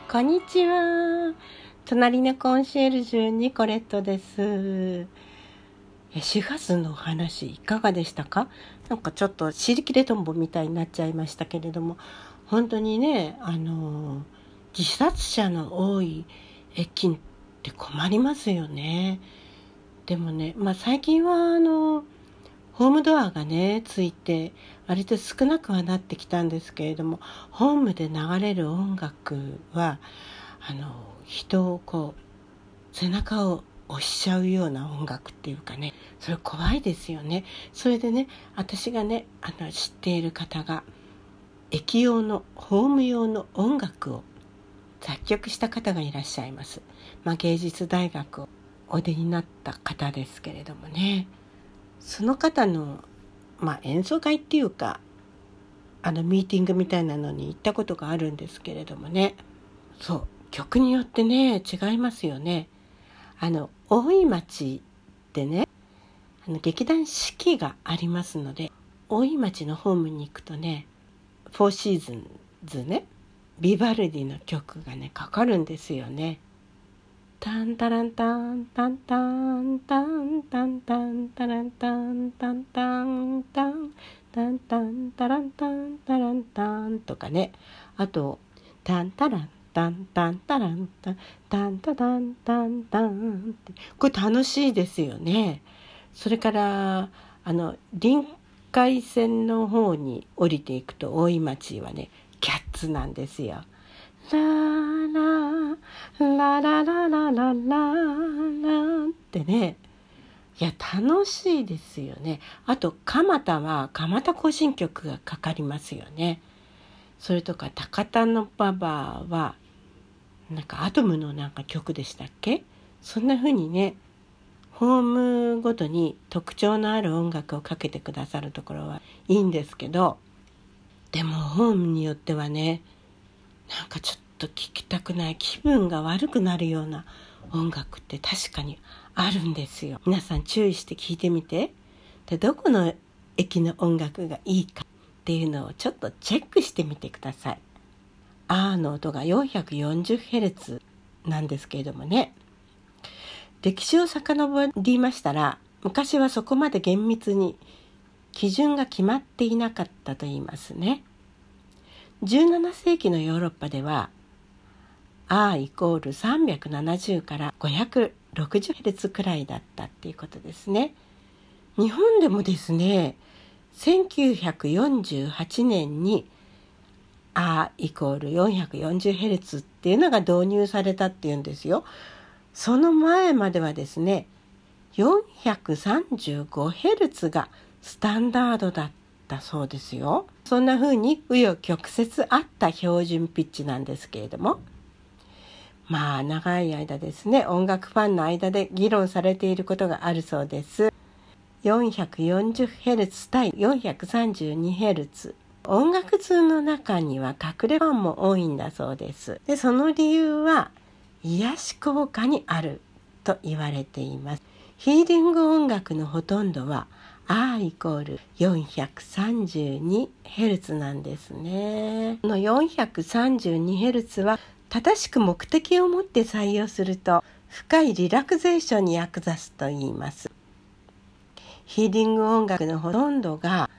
こんにちは。隣のコンシェルジュニコレットです。4月のお話いかがでしたか？なんかちょっと尻切れとんぼみたいになっちゃいましたけれども、本当にね、自殺者の多い駅って困りますよね。でもね、最近はホームドアがねついて割と少なくはなってきたんですけれども、ホームで流れる音楽は人を背中を押しちゃうような音楽っていうかね、それ怖いですよね。それでね、私がね知っている方が駅用のホーム用の音楽を作曲した方がいらっしゃいます。芸術大学をお出になった方ですけれどもね、その方の、演奏会っていうかミーティングみたいなのに行ったことがあるんですけれどもね、そう曲によってね違いますよね。大井町ってね劇団四季がありますので、大井町のホームに行くとねフォーシーズンズね、ビバルディの曲がねかかるんですよね。タンタランタンタンタンタンタンタンタランタンタンタンタンタンタンタランタンタランタンとかね、あとタンタランタンタンタランタンタンタタンタンタンって、これ楽しいですよね。それから臨海線の方に降りていくと大井町はねキャッツなんですよ。ラララララララララってね、いや楽しいですよね。あと蒲田は蒲田行進曲がかかりますよね。それとか高田の馬場はなんかアトムのなんか曲でしたっけ？そんな風にねホームごとに特徴のある音楽をかけてくださるところはいいんですけど、でもホームによってはねなんかちょっと聴きたくない、気分が悪くなるような音楽って確かにあるんですよ。皆さん注意して聴いてみて。でどこの駅の音楽がいいかっていうのをちょっとチェックしてみてください。の音が 440Hz なんですけれどもね、歴史を遡りましたら、昔はそこまで厳密に基準が決まっていなかったと言いますね。17世紀のヨーロッパではR=370から560Hz くらいだったっていうことですね。日本でもですね、1948年にR=440Hz っていうのが導入されたっていうんですよ。その前まではですね 435Hz がスタンダードだったそうですよ。そんな風に紆余曲折あった標準ピッチなんですけれども、長い間ですね音楽ファンの間で議論されていることがあるそうです。 440Hz 対 432Hz、 音楽通の中には隠れファンも多いんだそうです。でその理由は癒し効果にあると言われています。ヒーリング音楽のほとんどは R=432Hz なんですね。この 432Hz は正しく目的を持って採用すると深いリラクゼーションに役立つと言います。ヒーリング音楽のほとんどが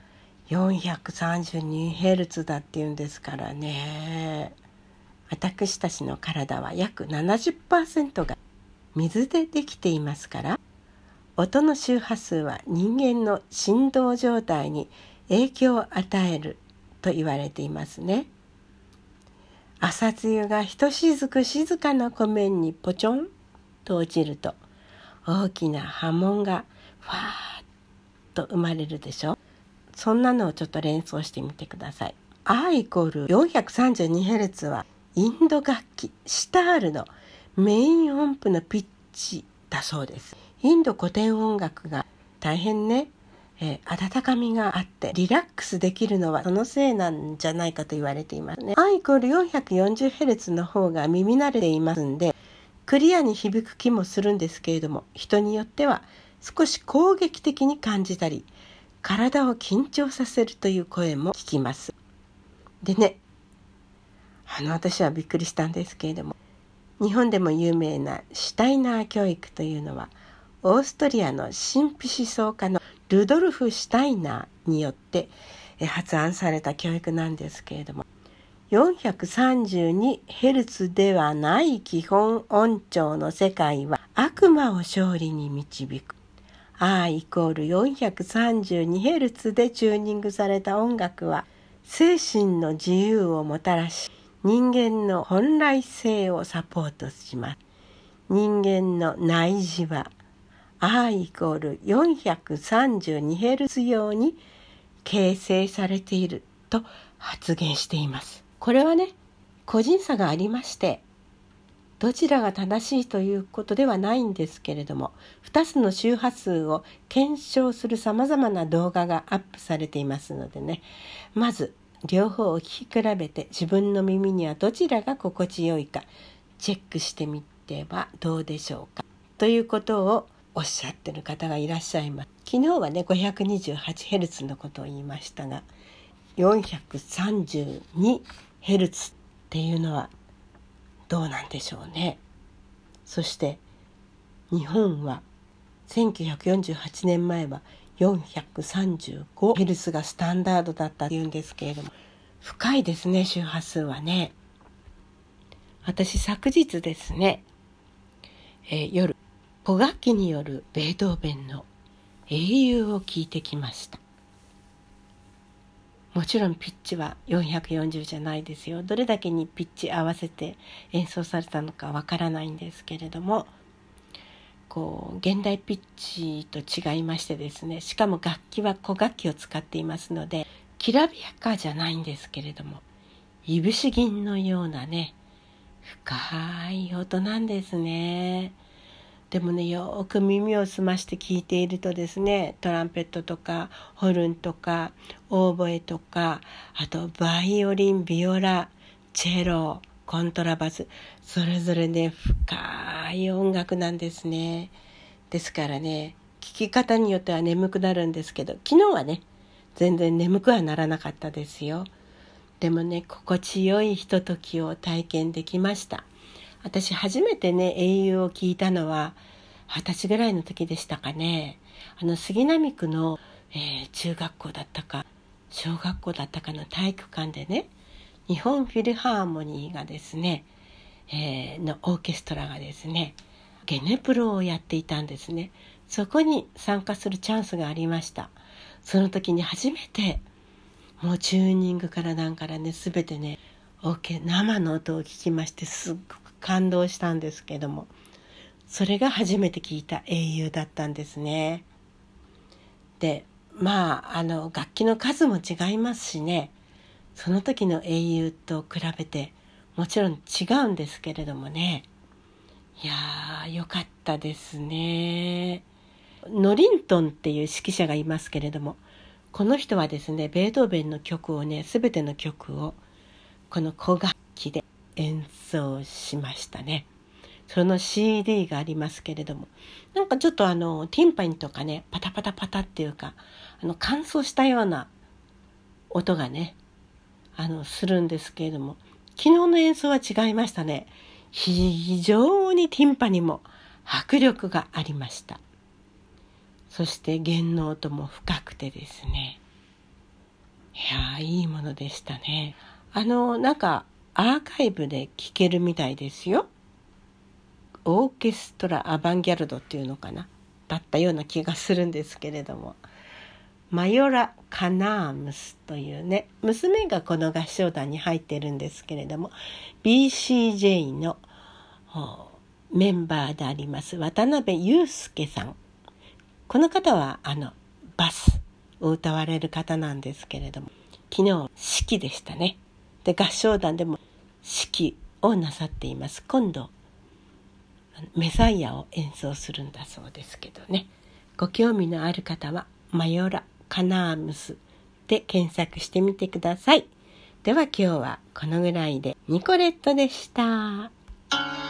432Hz だっていうんですからね。私たちの体は約 70% が水でできていますから、音の周波数は人間の振動状態に影響を与えると言われていますね。朝露がひとしずく静かな湖面にポチョンと落ちると大きな波紋がファーッと生まれるでしょ。そんなのをちょっと連想してみてください。R=432Hz はインド楽器シタールのメイン音符のピッチだそうです。インド古典音楽が大変ね、温かみがあってリラックスできるのはそのせいなんじゃないかと言われていますね。R=440Hz の方が耳慣れていますんでクリアに響く気もするんですけれども、人によっては少し攻撃的に感じたり体を緊張させるという声も聞きます。でね、 私はびっくりしたんですけれども、日本でも有名なシュタイナー教育というのは、オーストリアの神秘思想家のルドルフ・シュタイナーによって発案された教育なんですけれども、432Hz ではない基本音調の世界は悪魔を勝利に導く。R=432Hz でチューニングされた音楽は精神の自由をもたらし、人間の本来性をサポートします。人間の内耳は R=432Hz 用に形成されていると発言しています。これはね、個人差がありまして、どちらが正しいということではないんですけれども、2つの周波数を検証するさまざまな動画がアップされていますのでね、まず両方を聞き比べて、自分の耳にはどちらが心地よいかチェックしてみてはどうでしょうかということをおっしゃっている方がいらっしゃいます。昨日はね 528Hz のことを言いましたが、432Hz っていうのはどうなんでしょうね。そして日本は1948年前は 435Hz がスタンダードだったというんですけれども、深いですね、周波数はね。私昨日ですね、夜古楽器によるベートーベンの英雄を聴いてきました。もちろんピッチは440じゃないですよ。どれだけにピッチ合わせて演奏されたのかわからないんですけれども、現代ピッチと違いましてですね、しかも楽器は古楽器を使っていますので、きらびやかじゃないんですけれども、いぶし銀のようなね、深い音なんですね。でもね、よく耳を澄まして聞いているとですね、トランペットとかホルンとかオーボエとか、あとバイオリン、ビオラ、チェロ、コントラバス、それぞれね、深い音楽なんですね。ですからね、聴き方によっては眠くなるんですけど、昨日はね、全然眠くはならなかったですよ。でもね、心地よいひとときを体験できました。私初めてね、英雄を聞いたのは20歳ぐらいの時でしたかね。杉並区の、中学校だったか小学校だったかの体育館でね、日本フィルハーモニーがですね、のオーケストラがですね、ゲネプロをやっていたんですね。そこに参加するチャンスがありました。その時に初めてもうチューニングからなんからね、全てね、生の音を聞きまして、すっごく感動したんですけども、それが初めて聞いた英雄だったんですね。で、楽器の数も違いますしね、その時の英雄と比べてもちろん違うんですけれどもね、いやー、よかったですね。ノリントンっていう指揮者がいますけれども、この人はですね、ベートーベンの曲をね、すべての曲をこの古楽器で演奏しましたね。その CD がありますけれども、なんかちょっとティンパニとかね、パタパタパタっていうか、乾燥したような音がね、するんですけれども、昨日の演奏は違いましたね。非常にティンパニも迫力がありました。そして弦の音も深くてですね、いいものでしたね。なんかアーカイブで聴けるみたいですよ。オーケストラアバンギャルドっていうのかな、だったような気がするんですけれども、マヨラ・カナームスというね、娘がこの合唱団に入っているんですけれども、 BCJ のメンバーであります渡辺裕介さん、この方はバスを歌われる方なんですけれども、昨日指揮でしたね。で、合唱団でも指揮をなさっています。今度メサイアを演奏するんだそうですけどね、ご興味のある方はマヨラ・カナームスで検索してみてください。では今日はこのぐらいで。ニコレットでした。